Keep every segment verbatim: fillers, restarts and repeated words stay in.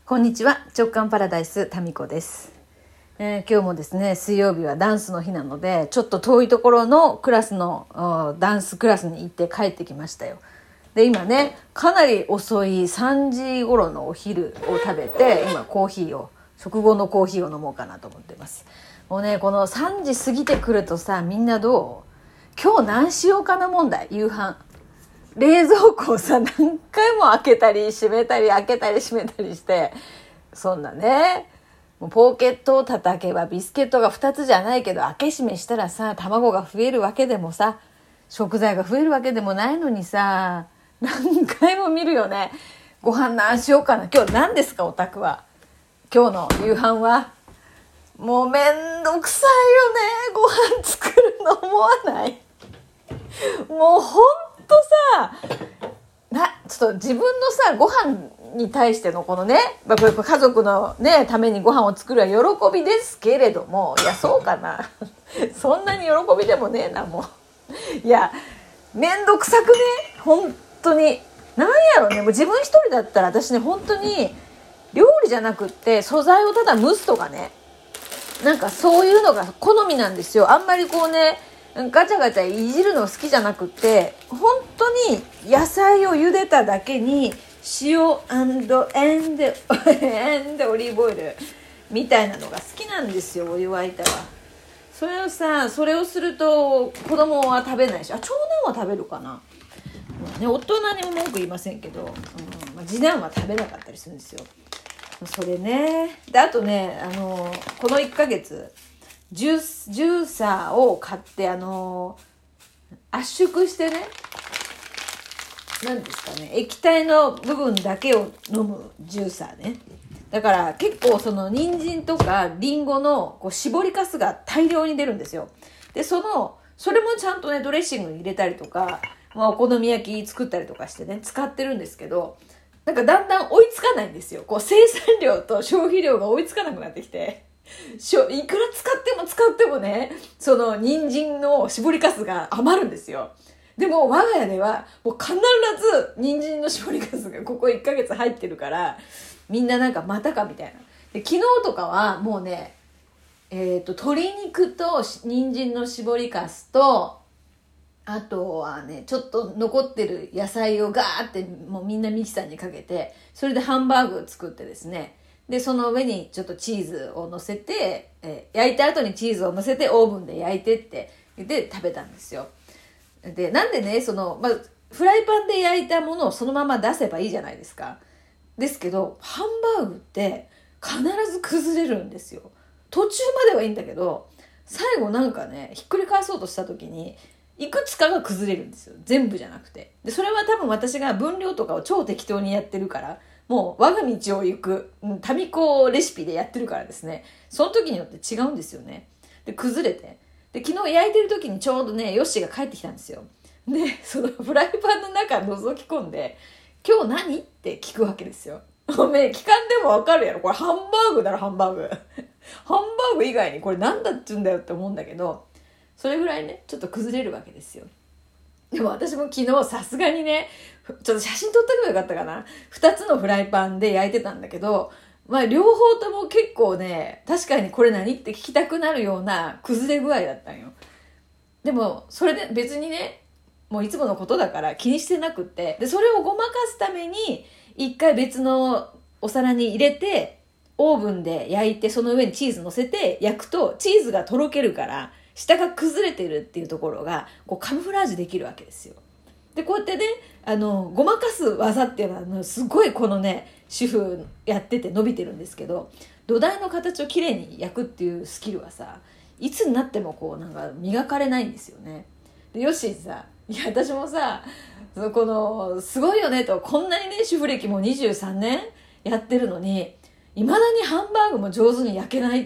こんにちは、直感パラダイスタミコです、えー、今日もですね水曜日はダンスの日なのでちょっと遠いところのクラスのダンスクラスに行って帰ってきましたよ。で今ねかなり遅いさんじ頃のお昼を食べて今コーヒーを食後のコーヒーを飲もうかなと思ってます。もうねこのさんじ過ぎてくるとさ、みんなどう今日何しようかな問題。夕飯冷蔵庫をさ何回も開けたり閉めたり開けたり閉めたりして、そんなねもうポケットを叩けばビスケットがふたつじゃないけど開け閉めしたらさ卵が増えるわけでもさ食材が増えるわけでもないのにさ何回も見るよね。ご飯何しようかな、今日何ですかお宅は。今日の夕飯はもうめんどくさいよね。ご飯作るの思わない？もうほんとさなちょっと自分のさご飯に対してのこのね家族のねためにご飯を作るは喜びですけれども、いやそうかなそんなに喜びでもねえなもう。いやめんどくさくね本当に。なんやろね、もう自分一人だったら私ね本当に料理じゃなくって素材をただ蒸すとかね、なんかそういうのが好みなんですよ。あんまりこうねガチャガチャいじるの好きじゃなくって本当に野菜を茹でただけに塩&エンドエンドオリーブオイルみたいなのが好きなんですよ。お湯沸いたらそれをさそれをすると子供は食べないし、あ長男は食べるかな、まあね、大人にも文句言いませんけど、うんまあ、次男は食べなかったりするんですよ。それね。であとねあのこのいっかげつジュースジューサーを買ってあの圧縮してね、何ですかね液体の部分だけを飲むジューサーね。だから結構その人参とかリンゴのこう絞りかすが大量に出るんですよ。でそのそれもちゃんとねドレッシングに入れたりとか、まあ、お好み焼き作ったりとかしてね使ってるんですけど、なんかだんだん追いつかないんですよ。こう生産量と消費量が追いつかなくなってきて、しょいくら使っても使ってもねその人参の絞りかすが余るんですよ。でも我が家ではもう必ず人参の絞りかすがここいっかげつ入ってるから、みんななんかまたかみたいな。で昨日とかはもうねえっと鶏肉と人参の絞りかすと、あとはねちょっと残ってる野菜をガーってもうみんなミキサーにかけて、それでハンバーグ作ってですね、でその上にちょっとチーズを乗せて、えー、焼いた後にチーズを乗せてオーブンで焼いてってで食べたんですよ。でなんでねその、まあ、フライパンで焼いたものをそのまま出せばいいじゃないですか。ですけどハンバーグって必ず崩れるんですよ。途中まではいいんだけど最後なんかねひっくり返そうとした時にいくつかが崩れるんですよ。全部じゃなくて。でそれは多分私が分量とかを超適当にやってるから、もう我が道を行くタミコレシピでやってるからですね、その時によって違うんですよね。で崩れて、で昨日焼いてる時にちょうどねヨッシーが帰ってきたんですよ。でそのフライパンの中覗き込んで今日何って聞くわけですよ。おめえ聞かんでもわかるやろこれハンバーグだろハンバーグハンバーグ以外にこれなんだっちゅうんだよって思うんだけど、それぐらいねちょっと崩れるわけですよ。でも私も昨日さすがにねちょっと写真撮っとけばよかったかな。ふたつのフライパンで焼いてたんだけど、まあ両方とも結構ね確かにこれ何って聞きたくなるような崩れ具合だったんよ。でもそれで別にねもういつものことだから気にしてなくって、でそれをごまかすために一回別のお皿に入れてオーブンで焼いてその上にチーズ乗せて焼くとチーズがとろけるから下が崩れてるっていうところがこうカムフラージュできるわけですよ。でこうやってねあのごまかす技っていうのはあのすごいこのね主婦やってて伸びてるんですけど、土台の形をきれいに焼くっていうスキルはさいつになってもこうなんか磨かれないんですよね。でよしさいや私もさこのすごいよねと、こんなにね主婦歴もにじゅうさんねんやってるのにいまだにハンバーグも上手に焼けないって、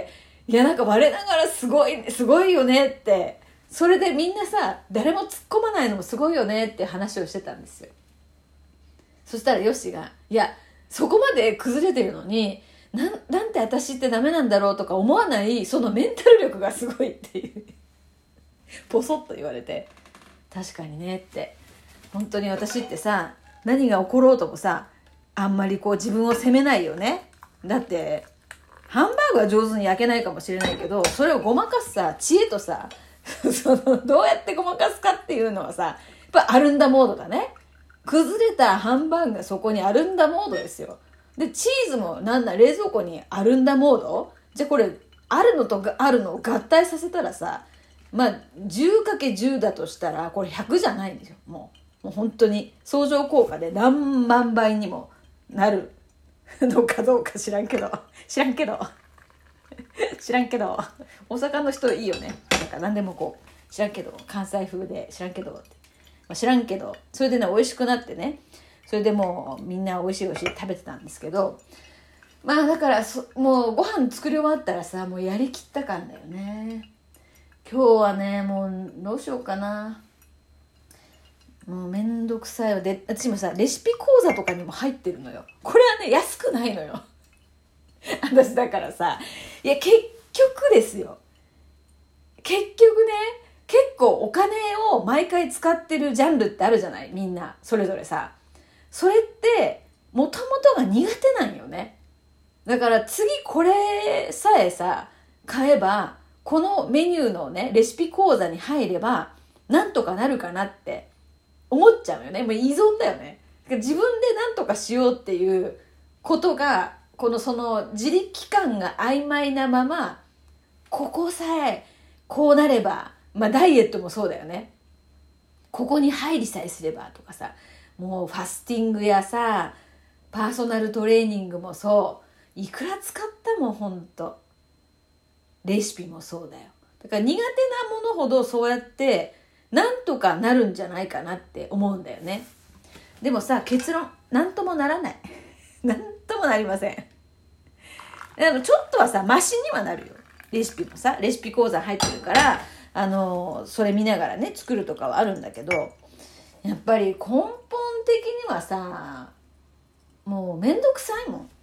いやなんか我ながらすごいすごいよねって、それでみんなさ誰も突っ込まないのもすごいよねって話をしてたんですよ。そしたらヨッシーがいやそこまで崩れてるのになん、なんて私ってダメなんだろうとか思わないそのメンタル力がすごいっていうポソッと言われて、確かにねって、本当に私ってさ何が起ころうともさあんまりこう自分を責めないよね。だってハンバーグは上手に焼けないかもしれないけど、それをごまかすさ知恵とさそのどうやってごまかすかっていうのはさ、やっぱアルンダモードだね。崩れたハンバーグがそこにアルンダモードですよ。でチーズもなんだ冷蔵庫にアルンダモード。じゃあこれあるのとあるのを合体させたらさ、まあ じゅうかけるじゅう だとしたらこれひゃくじゃないんですよ。もうもう本当に相乗効果で何万倍にもなるのかどうか知らんけど知らんけど知らんけど大阪の人いいよね。なんか何でもこう知らんけど関西風で知らんけどって、まあ、知らんけどそれでね美味しくなってね、それでもうみんな美味しい美味しい食べてたんですけど、まあだからそもうご飯作り終わったらさ、もうやりきった感だよね。今日はねもうどうしようかな、もうめんどくさいわ。で私もさレシピ講座とかにも入ってるのよ。これはね安くないのよ私だからさ、いや結局ですよ、結局ね結構お金を毎回使ってるジャンルってあるじゃない、みんなそれぞれさ。それってもともとが苦手なんよね。だから次これさえさ買えば、このメニューのねレシピ講座に入ればなんとかなるかなって思っちゃうよね。もう依存だよね。自分でなんとかしようっていうことが、このその自力感が曖昧なまま、ここさえこうなれば、まあダイエットもそうだよね。ここに入りさえすればとかさ、もうファスティングやさパーソナルトレーニングもそう、いくら使ったもんほんと。レシピもそうだよ。だから苦手なものほどそうやってなんとかなるんじゃないかなって思うんだよね。でもさ結論なんともならないなんともなりません。でもちょっとはさマシにはなるよ。レシピもさレシピ講座入ってるから、あのそれ見ながらね作るとかはあるんだけど、やっぱり根本的にはさもうめんどくさいもん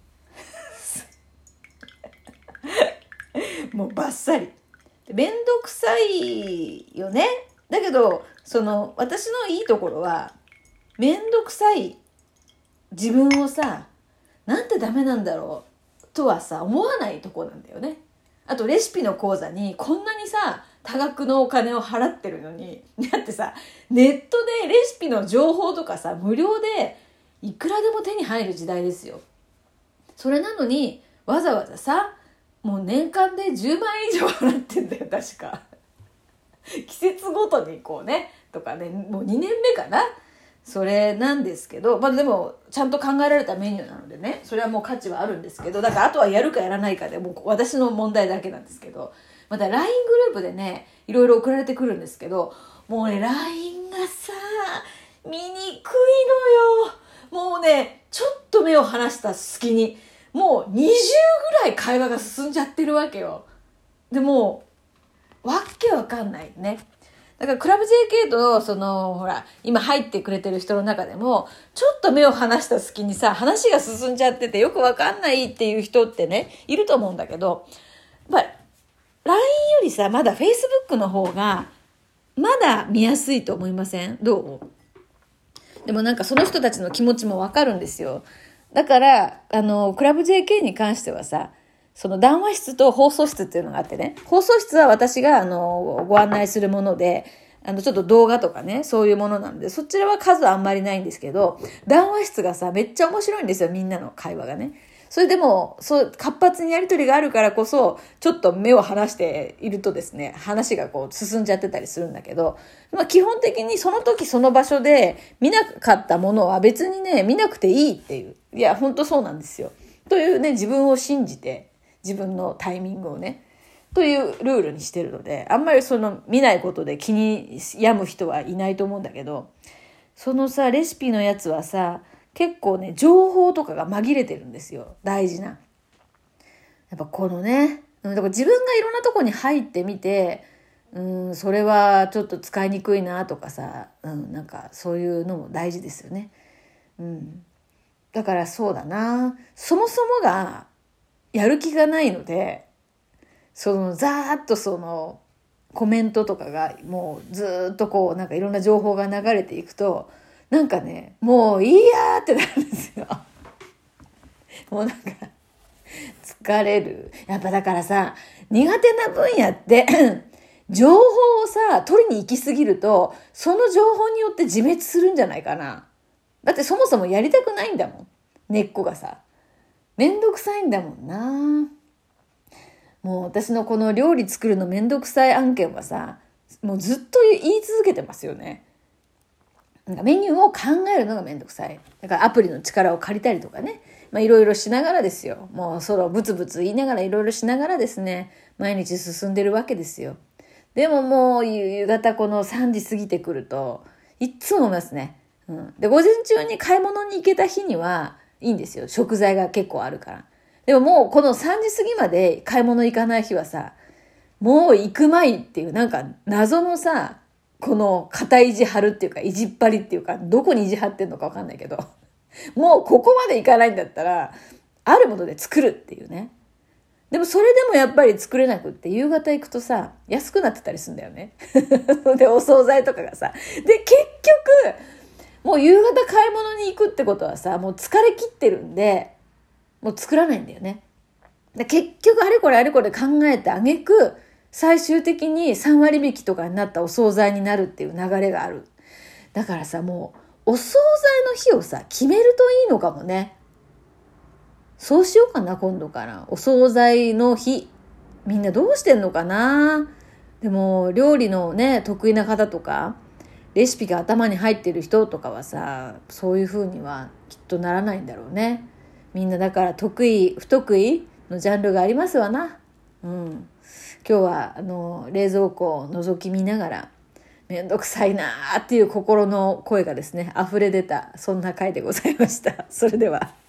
もうバッサリめんどくさいよね。だけどその私のいいところは、めんどくさい自分をさなんてダメなんだろうとはさ思わないとこなんだよね。あとレシピの講座にこんなにさ多額のお金を払ってるのに、だってさネットでレシピの情報とかさ無料でいくらでも手に入る時代ですよ。それなのにわざわざさもう年間でじゅうまんえん以上払ってんだよ確か季節ごとにこうねとかね、もうにねんめかな、それなんですけど、まあでもちゃんと考えられたメニューなのでね、それはもう価値はあるんですけど、だからあとはやるかやらないかでもう私の問題だけなんですけど、また ライン グループでねいろいろ送られてくるんですけど、もうね ライン がさ見にくいのよ。もうねちょっと目を離した隙にもうにじゅうぐらい会話が進んじゃってるわけよ。でもわけわかんないね。だからクラブ ジェーケー とそのほら今入ってくれてる人の中でもちょっと目を離した隙にさ話が進んじゃっててよくわかんないっていう人ってねいると思うんだけど、やっぱ ライン よりさまだ Facebook の方がまだ見やすいと思いません？どう？でもなんかその人たちの気持ちもわかるんですよ。だからあのクラブ ジェーケー に関してはさ、その談話室と放送室っていうのがあってね、放送室は私があのご案内するもので、あのちょっと動画とかねそういうものなのでそちらは数あんまりないんですけど、談話室がさめっちゃ面白いんですよ、みんなの会話がね。それでもそう活発にやり取りがあるからこそちょっと目を離しているとですね話がこう進んじゃってたりするんだけど、まあ、基本的にその時その場所で見なかったものは別にね見なくていいっていう、いや本当そうなんですよというね、自分を信じて自分のタイミングをねというルールにしてるので、あんまりその見ないことで気に病む人はいないと思うんだけど、そのさレシピのやつはさ結構ね情報とかが紛れてるんですよ、大事な。やっぱこのね、だから自分がいろんなとこに入ってみて、うんそれはちょっと使いにくいなとかさ、うん、なんかそういうのも大事ですよね。うん、だからそうだな、そもそもがやる気がないので、そのざーっとそのコメントとかがもうずっとこうなんかいろんな情報が流れていくと、なんかねもういいやーってなるんですよもうなんか疲れる。やっぱだからさ、苦手な分野って情報をさ取りに行きすぎると、その情報によって自滅するんじゃないかな。だってそもそもやりたくないんだもん、根っこがさ。めんどくさいんだもんな。もう私のこの料理作るのめんどくさい案件はさ、もうずっと言い続けてますよね。なんかメニューを考えるのがめんどくさい。だからアプリの力を借りたりとかね、まあいろいろしながらですよ。もうそれをブツブツ言いながらいろいろしながらですね、毎日進んでるわけですよ。でももう夕方このさんじ過ぎてくるといっつも思いますね。うん、で午前中に買い物に行けた日にはいいんですよ。食材が結構あるから。でももうこのさんじ過ぎまで買い物行かない日はさ、もう行くまいっていうなんか謎のさ、この肩意地張るっていうか意地っ張りっていうか、どこに意地張ってんのかわかんないけど、もうここまで行かないんだったらあるもので作るっていうね。でもそれでもやっぱり作れなくって、夕方行くとさ安くなってたりするんだよねでお惣菜とかがさ、で結局もう夕方買い物に行くってことはさ、もう疲れ切ってるんでもう作らないんだよね。で結局あれこれあれこれ考えてあげく、最終的にさんわり引きとかになったお惣菜になるっていう流れがある。だからさ、もうお惣菜の日をさ決めるといいのかもね。そうしようかな、今度から。お惣菜の日。みんなどうしてんのかな。でも料理のね得意な方とかレシピが頭に入ってる人とかはさ、そういう風にはきっとならないんだろうね。みんなだから得意不得意のジャンルがありますわな。うん。今日はあの冷蔵庫を覗き見ながら、めんどくさいなーっていう心の声がですね溢れ出た、そんな回でございました。それでは。